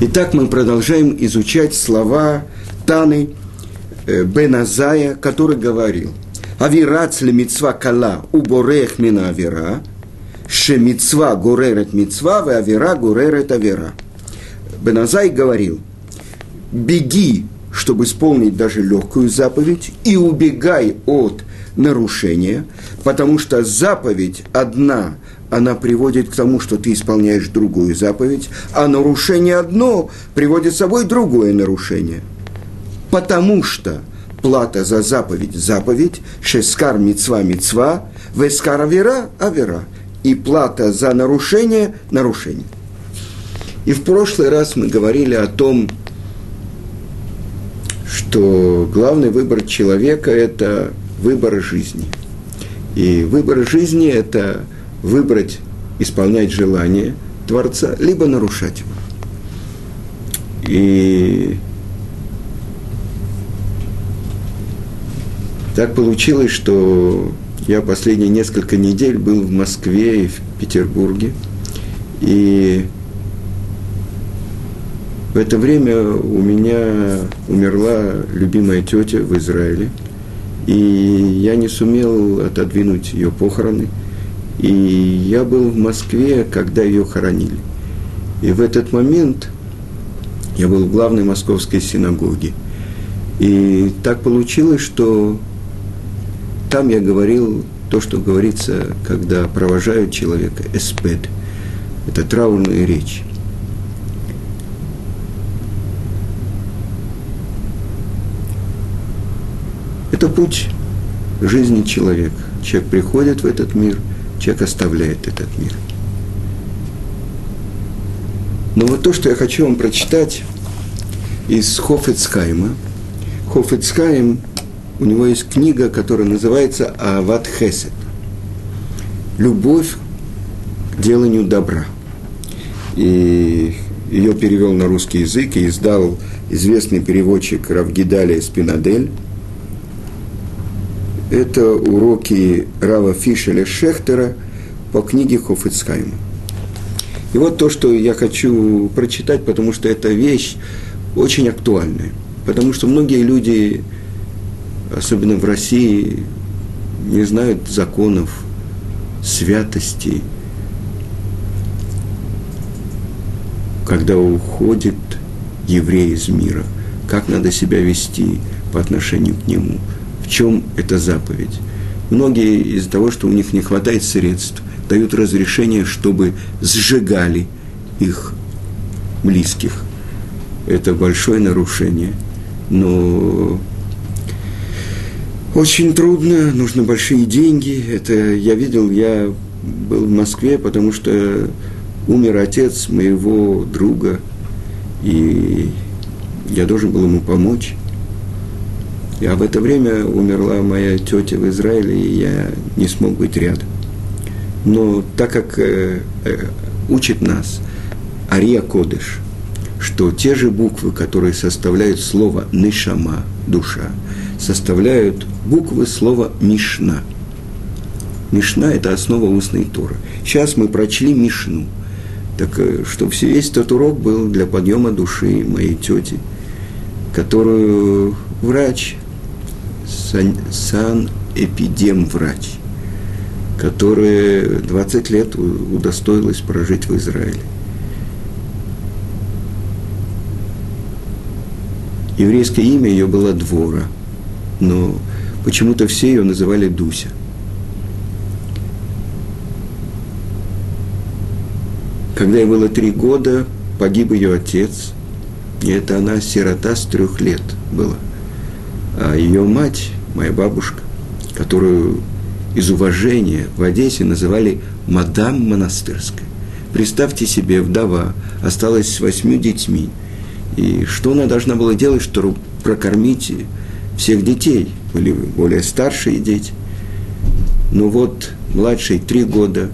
Итак, мы продолжаем изучать слова Таны бен Азая, который говорил: «Авирац ле мицва кала уборех мина авира, ше мицва горерет мицва, ве авира горерет авира». Бен Азай говорил: «Беги, чтобы исполнить даже легкую заповедь, и убегай от нарушения, потому что заповедь одна, она приводит к тому, что ты исполняешь другую заповедь, а нарушение одно приводит с собой другое нарушение. Потому что плата за заповедь – заповедь, шескар мицва – мицва, вескар авера – авера, и плата за нарушение – нарушение». И в прошлый раз мы говорили о том, что главный выбор человека – это выбор жизни. И выбор жизни – это выбрать, исполнять желание Творца, либо нарушать его. И так получилось, что я последние несколько недель был в Москве и в Петербурге. И в это время у меня умерла любимая тетя в Израиле. И я не сумел отодвинуть ее похороны. И я был в Москве, когда ее хоронили. И в этот момент я был в главной московской синагоге. И так получилось, что там я говорил то, что говорится, когда провожают человека, эспед. Это траурная речь. Это путь жизни человека. Человек приходит в этот мир, человек оставляет этот мир. Но вот то, что я хочу вам прочитать из Хофец Хаима. Хофец Хаим, у него есть книга, которая называется «Аават Хесед». «Любовь к деланию добра». И ее перевел на русский язык и издал известный переводчик Рав Гидалия Спинадель. Это уроки Рава Фишеля Шехтера по книге Хофец Хаима. И вот то, что я хочу прочитать, потому что эта вещь очень актуальная. Потому что многие люди, особенно в России, не знают законов, святости. Когда уходит еврей из мира, как надо себя вести по отношению к нему. В чем эта заповедь? Многие из-за того, что у них не хватает средств, дают разрешение, чтобы сжигали их близких. Это большое нарушение. Но очень трудно, нужны большие деньги. Это я видел, я был в Москве, потому что умер отец моего друга, и я должен был ему помочь. А в это время умерла моя тетя в Израиле, и я не смог быть рядом. Но так как учит нас Ария Кодеш, что те же буквы, которые составляют слово «нешама» – душа, составляют буквы слова «мишна». Мишна – это основа устной Торы. Сейчас мы прочли Мишну. Так что весь этот урок был для подъема души моей тети, которую врач, санэпидемврач, которая 20 лет удостоилась прожить в Израиле. Еврейское имя ее было Двора, но почему-то все ее называли Дуся. Когда ей было 3 года, погиб ее отец, и это она сирота с 3 лет была. А ее мать, моя бабушка, которую из уважения в Одессе называли мадам монастырская. Представьте себе, вдова, осталась с 8 детьми. И что она должна была делать, чтобы прокормить всех детей? Были более старшие дети. Но вот младший 3 года,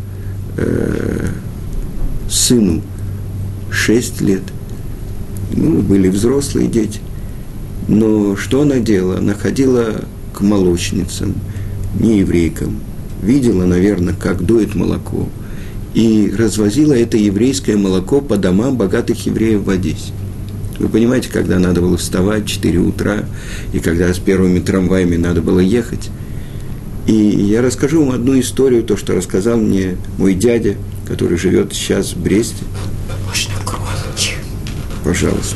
сыну 6 лет. Были взрослые дети. Но что она делала? Она ходила к молочницам, не еврейкам. Видела, наверное, как дует молоко. и развозила это еврейское молоко по домам богатых евреев в Одессе. Вы понимаете, когда надо было вставать в 4 утра, и когда с первыми трамваями надо было ехать. И я расскажу вам одну историю, то, что рассказал мне мой дядя, который живет сейчас в Бресте. Можно громче. Пожалуйста.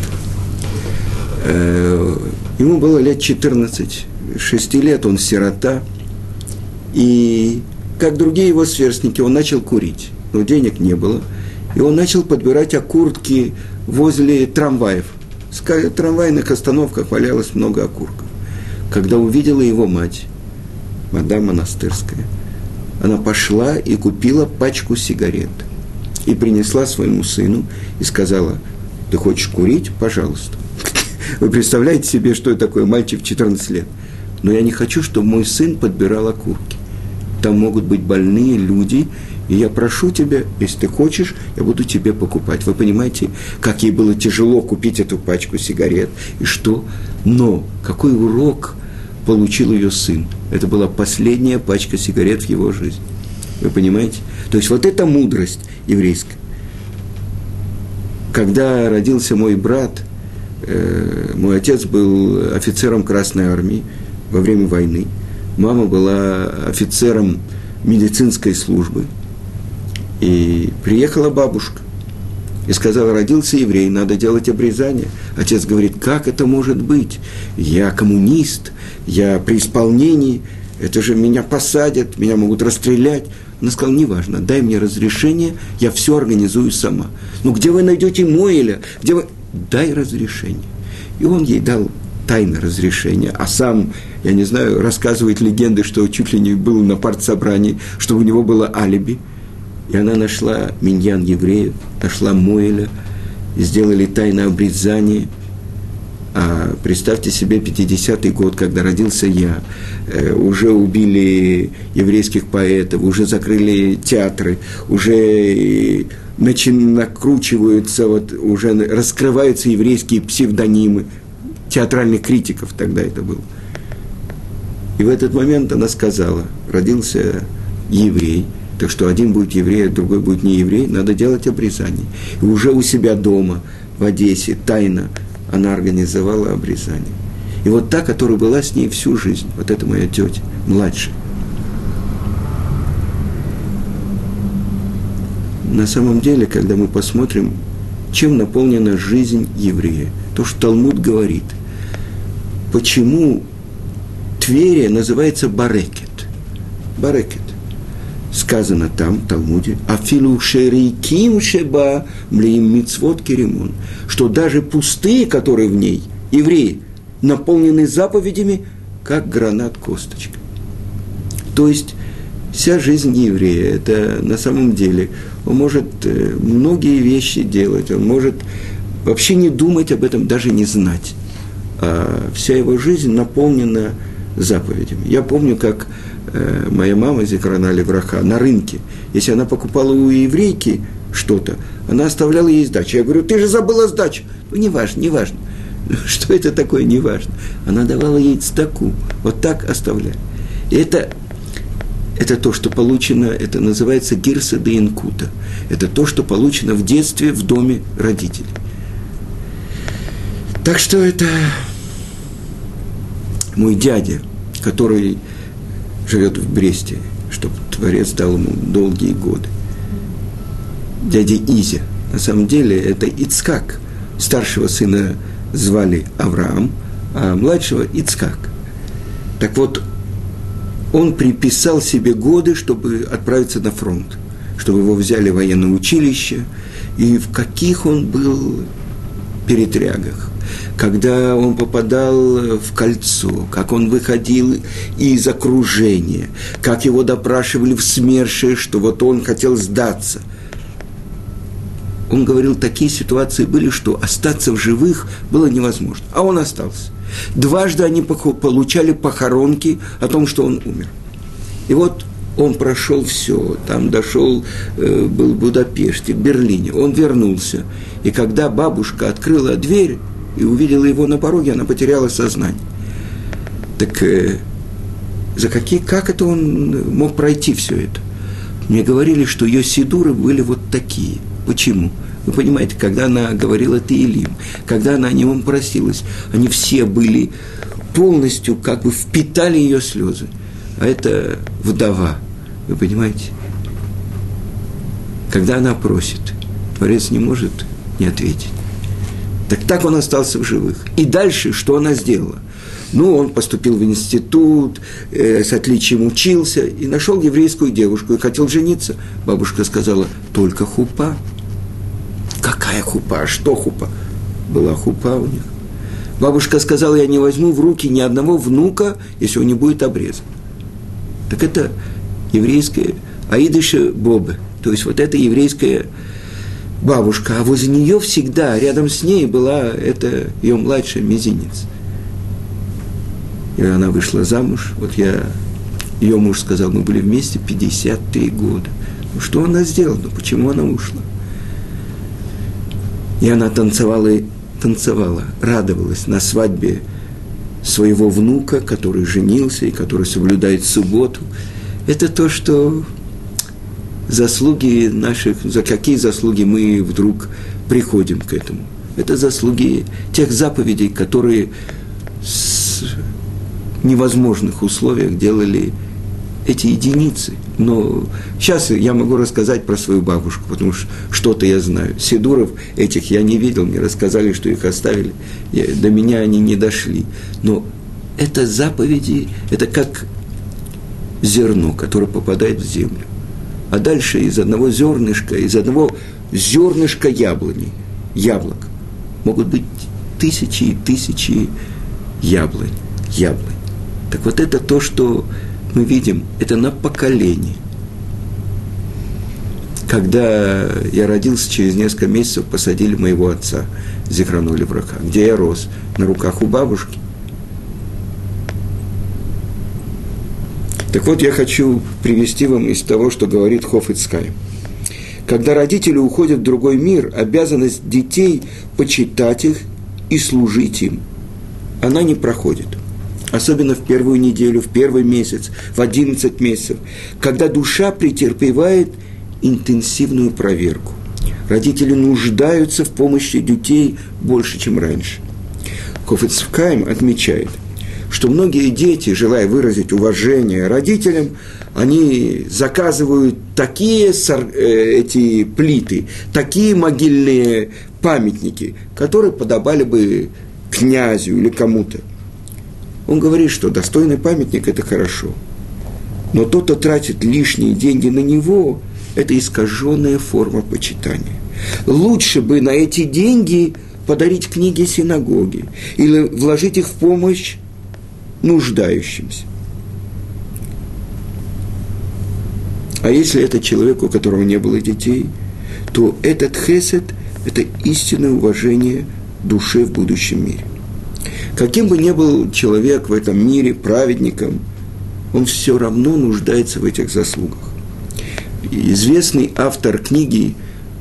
Ему было лет 14, 6 лет, он сирота. И, как другие его сверстники, он начал курить. Но денег не было. И он начал подбирать окурки возле трамваев. В трамвайных остановках валялось много окурков. Когда увидела его мать, мадам Монастырская, она пошла и купила пачку сигарет. И принесла своему сыну и сказала: ты хочешь курить? Пожалуйста. Вы представляете себе, что это такое, мальчик в 14 лет? Но я не хочу, чтобы мой сын подбирал окурки. Там могут быть больные люди, и я прошу тебя, если ты хочешь, я буду тебе покупать. Вы понимаете, как ей было тяжело купить эту пачку сигарет, и что? Но какой урок получил ее сын? Это была последняя пачка сигарет в его жизни. Вы понимаете? То есть вот эта мудрость еврейская. Когда родился мой брат, мой отец был офицером Красной Армии во время войны. Мама была офицером медицинской службы. И приехала бабушка и сказала: родился еврей, надо делать обрезание. Отец говорит: как это может быть? Я коммунист, я при исполнении, это же меня посадят, меня могут расстрелять. Она сказала: неважно, дай мне разрешение, я все организую сама. Ну, где вы найдете Моэля? Где вы... Дай разрешение. И он ей дал тайное разрешение, а сам, я не знаю, рассказывает легенды, что чуть ли не был на партсобрании, что у него было алиби. И она нашла миньян евреев, нашла Моэля, и сделали тайное обрезание. А представьте себе 50-й год, когда родился я, уже убили еврейских поэтов, уже закрыли театры, уже накручиваются, вот, уже раскрываются еврейские псевдонимы, театральных критиков тогда это было. И в этот момент она сказала: родился еврей, так что один будет еврей, а другой будет не еврей, надо делать обрезание. И уже у себя дома, в Одессе, тайно она организовала обрезание. И вот та, которая была с ней всю жизнь, вот это моя тетя, младшая. На самом деле, когда мы посмотрим, чем наполнена жизнь еврея, то, что Талмуд говорит, почему Тверия называется Барекет. Барекет. Сказано там, в Талмуде, «Афилу шериким шеба млеим мицвот керемон», что даже пустые, которые в ней, евреи, наполнены заповедями, как гранат косточка. То есть, вся жизнь еврея, это на самом деле, он может многие вещи делать, он может вообще не думать об этом, даже не знать. А вся его жизнь наполнена заповедями. Я помню, как моя мама, зикрана левраха, на рынке, если она покупала у еврейки что-то, она оставляла ей сдачу. Я говорю: ты же забыла сдачу. Ну, неважно, неважно. Что это такое, неважно. Она давала ей цдаку. Вот так оставляли. И это то, что получено, это называется гирса де инкута. Это то, что получено в детстве в доме родителей. Так что это мой дядя, который живет в Бресте, чтобы Творец дал ему долгие годы. Дядя Изя. На самом деле это Ицкак. Старшего сына звали Авраам, а младшего Ицкак. Так вот, он приписал себе годы, чтобы отправиться на фронт, чтобы его взяли в военное училище, и в каких он был передрягах. Когда он попадал в кольцо, как он выходил из окружения, как его допрашивали в СМЕРШе, что вот он хотел сдаться. Он говорил, такие ситуации были, что остаться в живых было невозможно. А он остался. Дважды они получали похоронки о том, что он умер. И вот он прошел все, там дошел, был в Будапеште, в Берлине, он вернулся. И когда бабушка открыла дверь и увидела его на пороге, она потеряла сознание. Так как это он мог пройти все это? Мне говорили, что ее сидуры были вот такие. Почему? Вы понимаете, когда она говорила Теилим, когда она о нем просилась, они все были полностью, как бы впитали ее слезы. А это вдова, вы понимаете? Когда она просит, Творец не может не ответить. Так он остался в живых. И дальше, что она сделала? Ну, он поступил в институт, с отличием учился, и нашел еврейскую девушку, и хотел жениться. Бабушка сказала, только хупа. Какая хупа? Что хупа? Была хупа у них. Бабушка сказала, я не возьму в руки ни одного внука, если он не будет обрезан. Так это еврейская Аидыша Бобе. То есть вот эта еврейская бабушка. А возле нее всегда, рядом с ней была это ее младшая мизинец. И она вышла замуж. Вот ее муж сказал, мы были вместе 53 года. Ну, что она сделала? Ну, почему она ушла? И она танцевала, радовалась на свадьбе своего внука, который женился и который соблюдает субботу. Это то, что заслуги наших, за какие заслуги мы вдруг приходим к этому. Это заслуги тех заповедей, которые с невозможных условиях делали эти единицы. Но сейчас я могу рассказать про свою бабушку, потому что что-то я знаю. Сидуров этих я не видел, мне рассказали, что их оставили. До меня они не дошли. Но это заповеди, это как зерно, которое попадает в землю. А дальше из одного зернышка яблок, могут быть тысячи и тысячи яблонь. Так вот это то, что мы видим, это на поколение. Когда я родился, через несколько месяцев посадили моего отца, Зихроно левраха, где я рос, на руках у бабушки. Так вот, я хочу привести вам из того, что говорит Хофец Хаим. Когда родители уходят в другой мир, обязанность детей почитать их и служить им, она не проходит. Особенно в первую неделю, в первый месяц, в 11 месяцев, когда душа претерпевает интенсивную проверку. Родители нуждаются в помощи детей больше, чем раньше. Хофец Хаим отмечает, что многие дети, желая выразить уважение родителям, они заказывают такие эти плиты, такие могильные памятники, которые подобали бы князю или кому-то. Он говорит, что достойный памятник – это хорошо. Но тот, кто тратит лишние деньги на него, это искаженная форма почитания. Лучше бы на эти деньги подарить книги синагоги или вложить их в помощь нуждающимся. А если это человек, у которого не было детей, то этот хесед – это истинное уважение душе в будущем мире. Каким бы ни был человек в этом мире праведником, он все равно нуждается в этих заслугах. Известный автор книги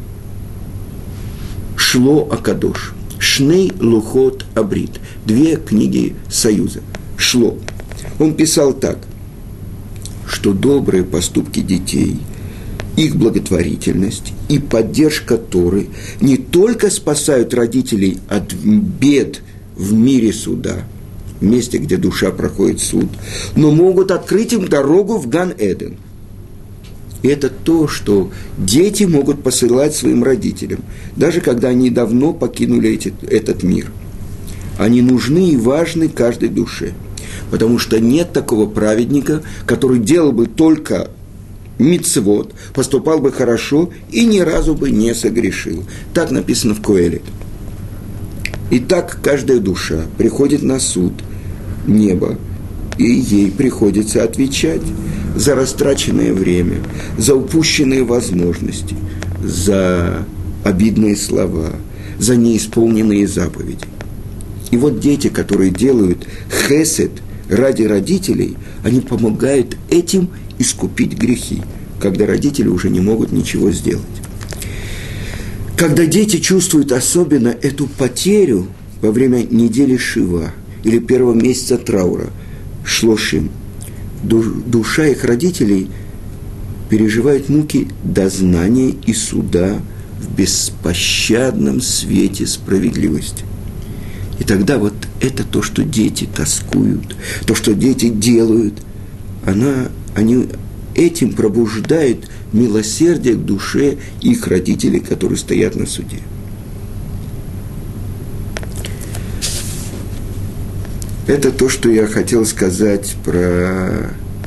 Шло Акадош, Шней Лухот Абрит, 2 книги Союза. Шло. Он писал так, что добрые поступки детей, их благотворительность и поддержка Торы не только спасают родителей от бед в мире суда, в месте, где душа проходит суд, но могут открыть им дорогу в Ган-Эден. И это то, что дети могут посылать своим родителям, даже когда они давно покинули этот мир. Они нужны и важны каждой душе, потому что нет такого праведника, который делал бы только мицвот, поступал бы хорошо и ни разу бы не согрешил. Так написано в Коэлет. И так каждая душа приходит на суд неба, и ей приходится отвечать за растраченное время, за упущенные возможности, за обидные слова, за неисполненные заповеди. И вот дети, которые делают хесед ради родителей, они помогают этим искупить грехи, когда родители уже не могут ничего сделать. Когда дети чувствуют особенно эту потерю во время недели Шива или первого месяца траура, Шлошим, душа их родителей переживают муки дознания и суда в беспощадном свете справедливости. И тогда вот это то, что дети тоскуют, то, что дети делают, они этим пробуждают милосердие к душе их родителей, которые стоят на суде. Это то, что я хотел сказать про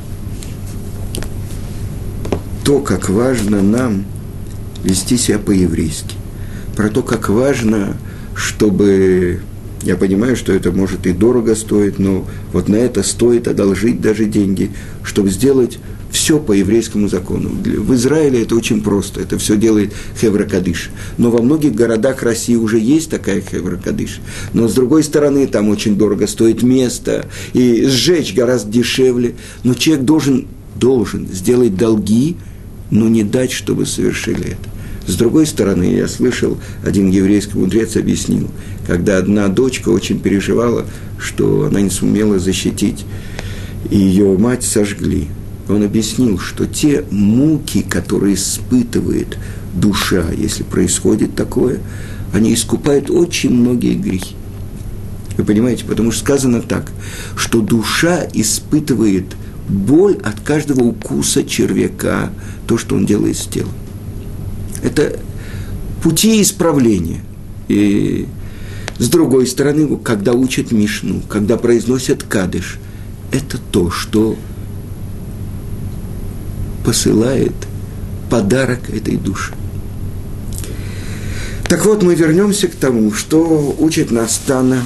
то, как важно нам вести себя по-еврейски, про то, как важно, чтобы... Я понимаю, что это может и дорого стоить, но вот на это стоит одолжить даже деньги, чтобы сделать все по еврейскому закону. В Израиле это очень просто, это все делает Хевра Кадиш. Но во многих городах России уже есть такая Хевра Кадиш. Но с другой стороны, там очень дорого стоит место, и сжечь гораздо дешевле. Но человек должен сделать долги, но не дать, чтобы совершили это. С другой стороны, я слышал, один еврейский мудрец объяснил, когда одна дочка очень переживала, что она не сумела защитить, и ее мать сожгли. Он объяснил, что те муки, которые испытывает душа, если происходит такое, они искупают очень многие грехи. Вы понимаете, потому что сказано так, что душа испытывает боль от каждого укуса червяка, то, что он делает с телом. Это пути исправления. И с другой стороны, когда учат Мишну, когда произносят Кадиш, это то, что посылает подарок этой душе. Так вот, мы вернемся к тому, что учит нас Тана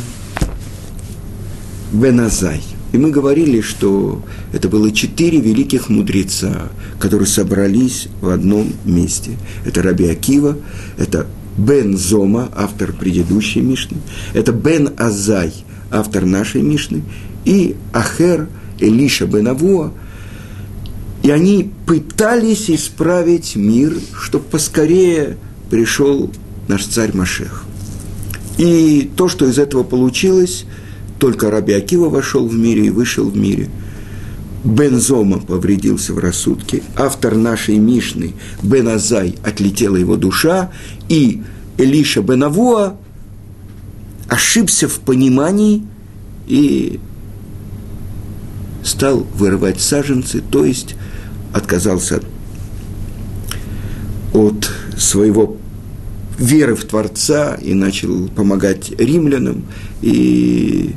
бен Азай. И мы говорили, что это было 4 великих мудреца, которые собрались в одном месте. Это Раби Акива, это Бен Зома, автор предыдущей Мишны, это Бен Азай, автор нашей Мишны, и Ахер, Элиша бен Авуа. И они пытались исправить мир, чтобы поскорее пришел наш царь Машех. И то, что из этого получилось, только Раби Акива вошел в мире и вышел в мире. Бен Зома повредился в рассудке, автор нашей Мишны, Бен Азай, отлетела его душа, и Элиша бен Авуа ошибся в понимании и стал вырывать саженцы, то есть отказался от своего веры в Творца и начал помогать римлянам, и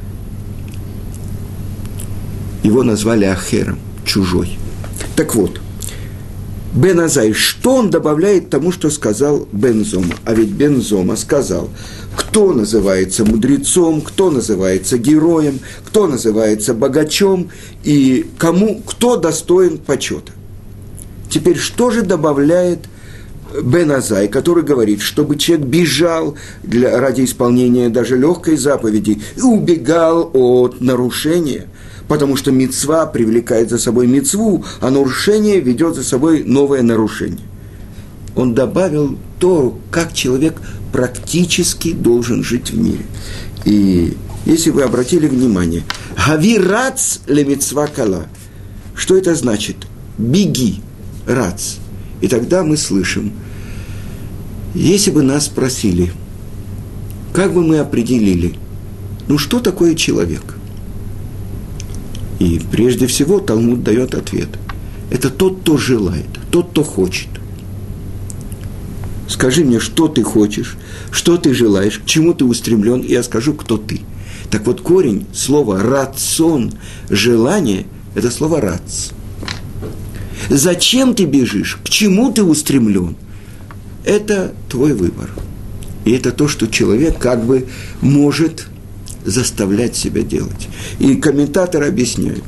его назвали Ахером, чужой. Так вот, Бен Азай, что он добавляет тому, что сказал Бен Зома? А ведь Бен Зома сказал, кто называется мудрецом, кто называется героем, кто называется богачом, и кто достоин почета. Теперь, что же добавляет Бен Азай, который говорит, чтобы человек бежал ради исполнения даже легкой заповеди и убегал от нарушения, потому что мицва привлекает за собой мицву, а нарушение ведет за собой новое нарушение. Он добавил то, как человек практически должен жить в мире. И если вы обратили внимание, «Хави рац ле мицва кала», что это значит? «Беги, рац». И тогда мы слышим, если бы нас спросили, как бы мы определили, что такое человек? И прежде всего Талмуд дает ответ. Это тот, кто желает, тот, кто хочет. Скажи мне, что ты хочешь, что ты желаешь, к чему ты устремлен, и я скажу, кто ты. Так вот, корень слова «рацон», «желание» – это слово «рац». Зачем ты бежишь, к чему ты устремлен – это твой выбор. И это то, что человек как бы может заставлять себя делать. И комментаторы объясняют.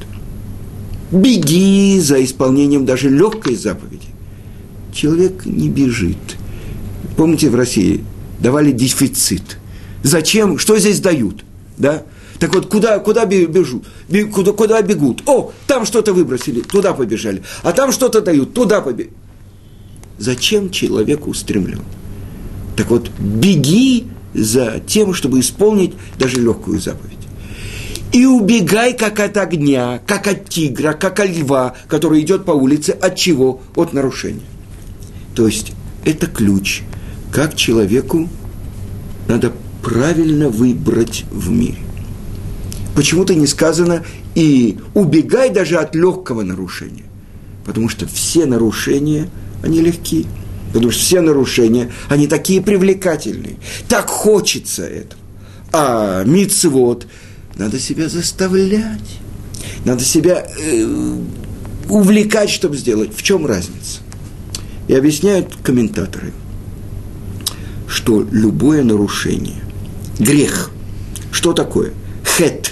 Беги за исполнением даже легкой заповеди. Человек не бежит. Помните, в России давали дефицит. Зачем? Что здесь дают? Да? Так вот, куда бежут? Куда бегут? О, там что-то выбросили, туда побежали. А там что-то дают, туда побежали. Зачем человек устремлен? Так вот, беги за тем, чтобы исполнить даже легкую заповедь. И убегай, как от огня, как от тигра, как от льва, который идет по улице. От чего? От нарушения. То есть это ключ, как человеку надо правильно выбрать в мире. Почему-то не сказано и убегай даже от легкого нарушения. Потому что все нарушения, они легкие. Потому что все нарушения, они такие привлекательные. Так хочется этого. А мицвот надо себя заставлять. Надо себя увлекать, чтобы сделать. В чем разница? И объясняют комментаторы, что любое нарушение, грех, что такое? Хет.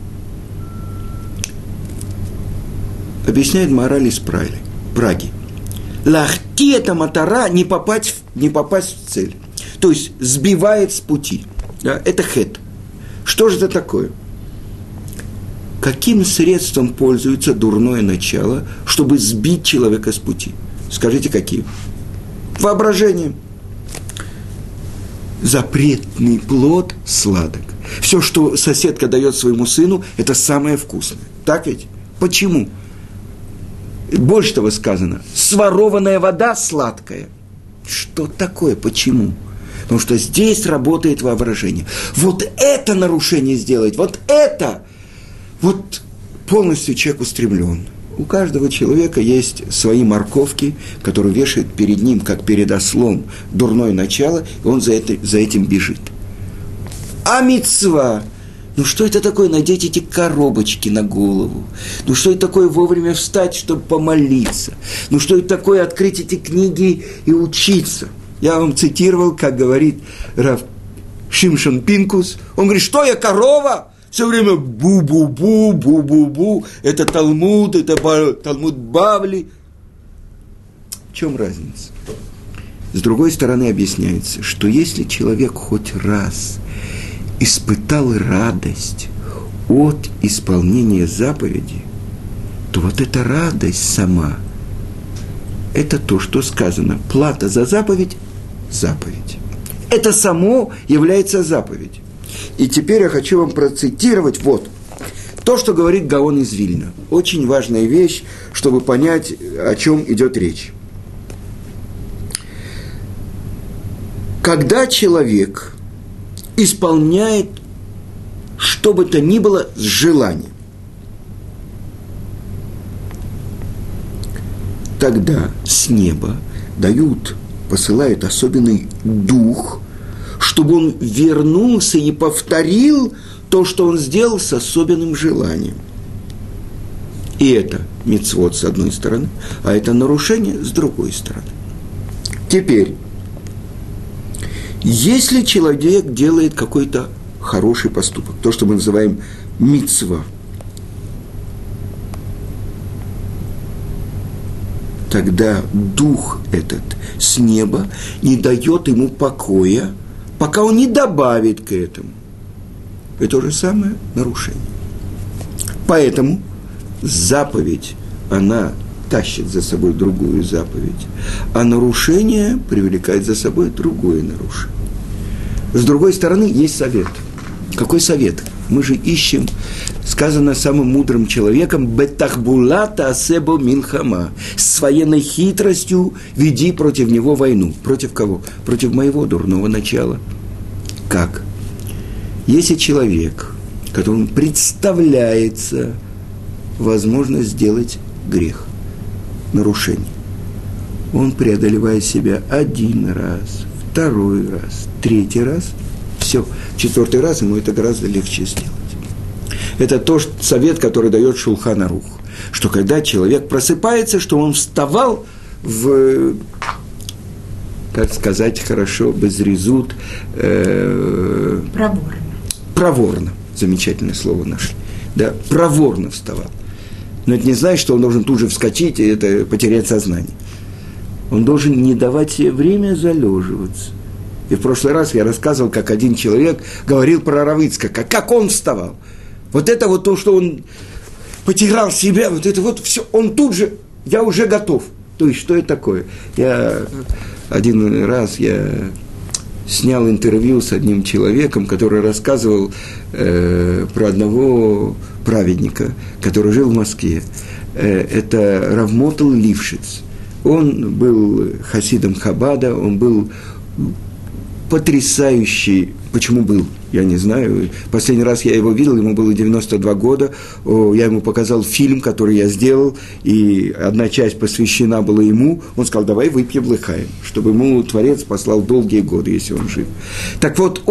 Объясняет мораль из Праги. Лахти – это матара, не попасть в цель. То есть сбивает с пути. Да? Это хет. Что же это такое? Каким средством пользуется дурное начало, чтобы сбить человека с пути? Скажите, каким? Воображением. Запретный плод сладок. Все, что соседка дает своему сыну, это самое вкусное. Так ведь? Почему? Больше того сказано, сворованная вода сладкая. Что такое? Почему? Потому что здесь работает воображение. Вот это нарушение сделать, вот это, вот полностью человек устремлен. У каждого человека есть свои морковки, которые вешают перед ним, как перед ослом, дурное начало, и он за этим бежит. А мицва, ну что это такое, надеть эти коробочки на голову? Ну что это такое вовремя встать, чтобы помолиться? Ну что это такое открыть эти книги и учиться? Я вам цитировал, как говорит Рав Шимшон Пинкус. Он говорит, что я корова? Все время бу-бу-бу, бу-бу-бу. Это Талмуд, это Талмуд Бавли. В чем разница? С другой стороны объясняется, что если человек хоть раз испытал радость от исполнения заповеди, то вот эта радость сама, это то, что сказано. Плата за заповедь – заповедь. Это само является заповедь. И теперь я хочу вам процитировать вот то, что говорит Гаон из Вильна. Очень важная вещь, чтобы понять, о чем идет речь. Когда человек исполняет что бы то ни было с желанием, тогда с неба посылают особенный дух, чтобы он вернулся и повторил то, что он сделал с особенным желанием. И это мицвот с одной стороны, а это нарушение с другой стороны. Теперь, если человек делает какой-то хороший поступок, то, что мы называем мицва, тогда дух этот с неба не дает ему покоя, пока он не добавит к этому. Это то же самое нарушение. Поэтому заповедь, она тащит за собой другую заповедь, а нарушение привлекает за собой другое нарушение. С другой стороны, есть совет. Какой совет? Мы же ищем, сказано самым мудрым человеком, «Бетахбулата асебо милхама». С военной хитростью веди против него войну. Против кого? Против моего дурного начала. Как? Если человек, которому представляется возможность сделать грех, нарушение, он преодолевает себя один раз, второй раз, третий раз, все, четвертый раз ему это гораздо легче сделать. Это тот совет, который дает Шулхан Арух, что когда человек просыпается, что он вставал в, как сказать хорошо, безрезут, проворно, замечательное слово нашли, да, проворно вставал. Но это не значит, что он должен тут же вскочить и это потерять сознание. Он должен не давать себе время залеживаться. И в прошлый раз я рассказывал, как один человек говорил про Рав Ицхака, как он вставал. Вот это вот то, что он потерял себя, вот это вот все, он тут же, я уже готов. То есть, что это такое? Один раз снял интервью с одним человеком, который рассказывал про одного праведника, который жил в Москве. Это Рав Мотл Лившиц. Он был хасидом Хабада, он был потрясающий. Почему был? Я не знаю. Последний раз я его видел, ему было 92 года. Я ему показал фильм, который я сделал, и одна часть посвящена была ему. Он сказал, давай выпьем лыхаем, чтобы ему Творец послал долгие годы, если он жив. Так вот,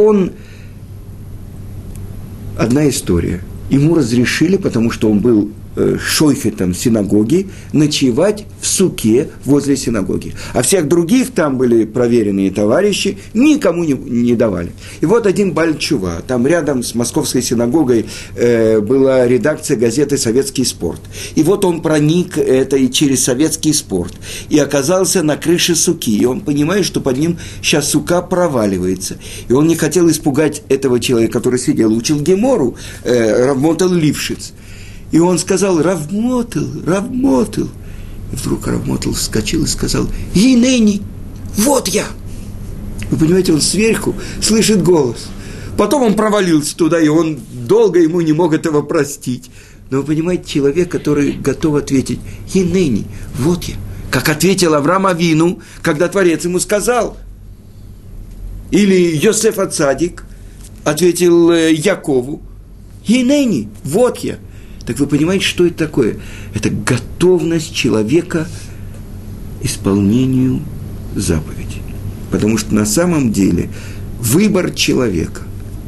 одна история. Ему разрешили, потому что он был шойхетом синагоги, ночевать в суке возле синагоги. А всех других, там были проверенные товарищи, никому не давали. И вот один Бааль Тшува, там рядом с московской синагогой была редакция газеты «Советский спорт». И вот он проник это и через «Советский спорт» и оказался на крыше суки. И он понимает, что под ним сейчас сука проваливается. И он не хотел испугать этого человека, который сидел, учил Гемору, Рав Мотл Лившиц. И он сказал, Рав Мотл. И вдруг Рав Мотл вскочил и сказал, Гинени, вот я. Вы понимаете, он сверху слышит голос. Потом он провалился туда, и он долго ему не мог этого простить. Но вы понимаете, человек, который готов ответить, Гинени, вот я. Как ответил Авраам Авину, когда Творец ему сказал. Или Йосеф Ацадик ответил Якову, Гинени, вот я. Так вы понимаете, что это такое? Это готовность человека к исполнению заповедей. Потому что на самом деле выбор человека.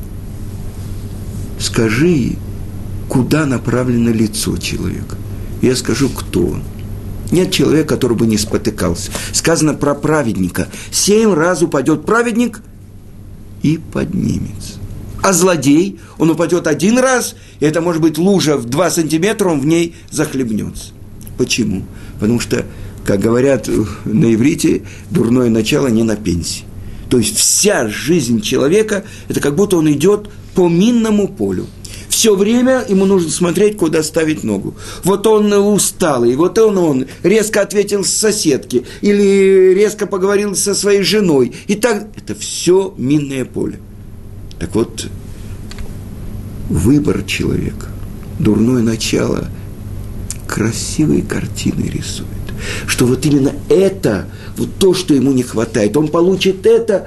Скажи, куда направлено лицо человека. Я скажу, кто он. Нет человека, который бы не спотыкался. Сказано про праведника. 7 раз упадет праведник и поднимется. А злодей, он упадет 1 раз, и это может быть лужа в 2 сантиметра, он в ней захлебнется. Почему? Потому что, как говорят на иврите, дурное начало не на пенсии. То есть вся жизнь человека, это как будто он идет по минному полю. Все время ему нужно смотреть, куда ставить ногу. Вот он усталый, вот он резко ответил соседке, или резко поговорил со своей женой. И так, это все минное поле. Так вот, выбор человека, дурное начало, красивые картины рисует. Что вот именно это, вот то, что ему не хватает, он получит это,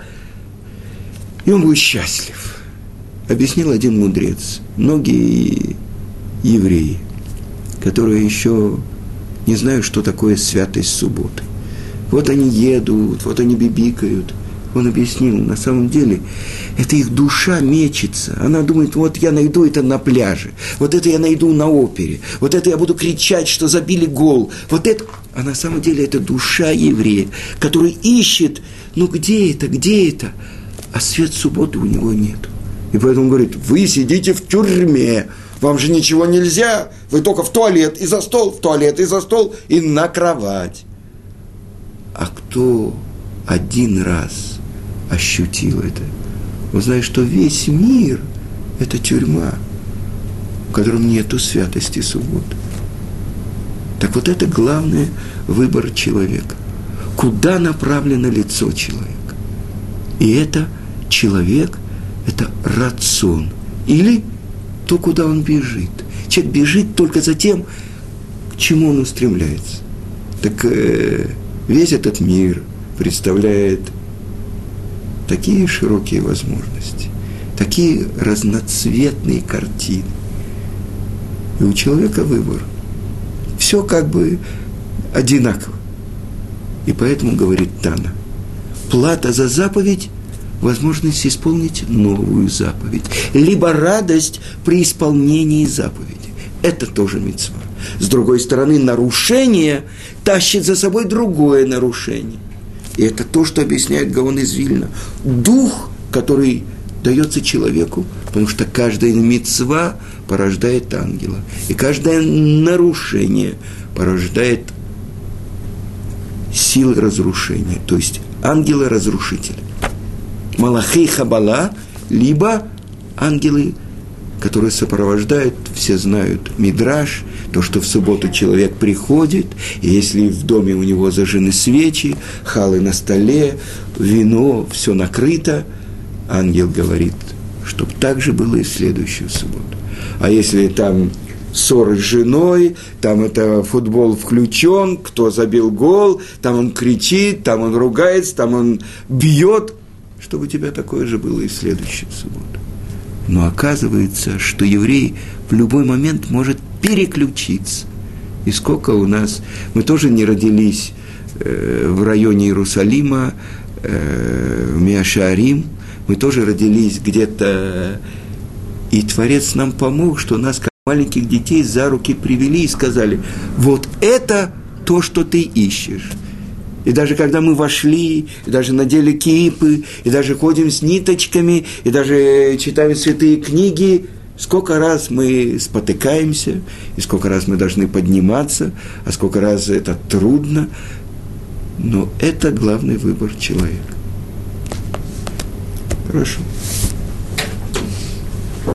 и он будет счастлив. Объяснил один мудрец. Многие евреи, которые еще не знают, что такое святость субботы. Вот они едут, вот они бибикают. Он объяснил, на самом деле, это их душа мечется. Она думает, вот я найду это на пляже, вот это я найду на опере, вот это я буду кричать, что забили гол. Вот это, а на самом деле это душа еврея, который ищет, ну где это, а свет субботы у него нет. И поэтому он говорит, вы сидите в тюрьме, вам же ничего нельзя, вы только в туалет и за стол, в туалет и за стол, и на кровать. А кто 1 раз ощутил это, он знает, что весь мир – это тюрьма, в котором нету святости субботы. Так вот это главный выбор человека. Куда направлено лицо человека? И это человек – это рацион. Или то, куда он бежит. Человек бежит только за тем, к чему он устремляется. Так весь этот мир представляет такие широкие возможности, такие разноцветные картины. И у человека выбор. Все как бы одинаково. И поэтому, говорит Тана, плата за заповедь – возможность исполнить новую заповедь. Либо радость при исполнении заповеди. Это тоже мицва. С другой стороны, нарушение тащит за собой другое нарушение. И это то, что объясняет Гаон из Вильна. Дух, который дается человеку, потому что каждая мицва порождает ангела. И каждое нарушение порождает силы разрушения, то есть ангела-разрушителя. Малахей Хабала, либо ангелы который сопровождает, все знают, мидраш, то, что в субботу человек приходит, и если в доме у него зажжены свечи, халы на столе, вино, все накрыто, ангел говорит, чтобы так же было и в следующую субботу. А если там ссоры с женой, там это футбол включен, кто забил гол, там он кричит, там он ругается, там он бьет, чтобы у тебя такое же было и в следующую субботу. Но оказывается, что еврей в любой момент может переключиться. И сколько у нас... Мы тоже не родились в районе Иерусалима, в Миашаарим, мы тоже родились где-то... И Творец нам помог, что нас, как маленьких детей, за руки привели и сказали, вот это то, что ты ищешь. И даже когда мы вошли, и даже надели кипы, и даже ходим с ниточками, и даже читаем святые книги, сколько раз мы спотыкаемся, и сколько раз мы должны подниматься, а сколько раз это трудно. Но это главный выбор человека. Хорошо.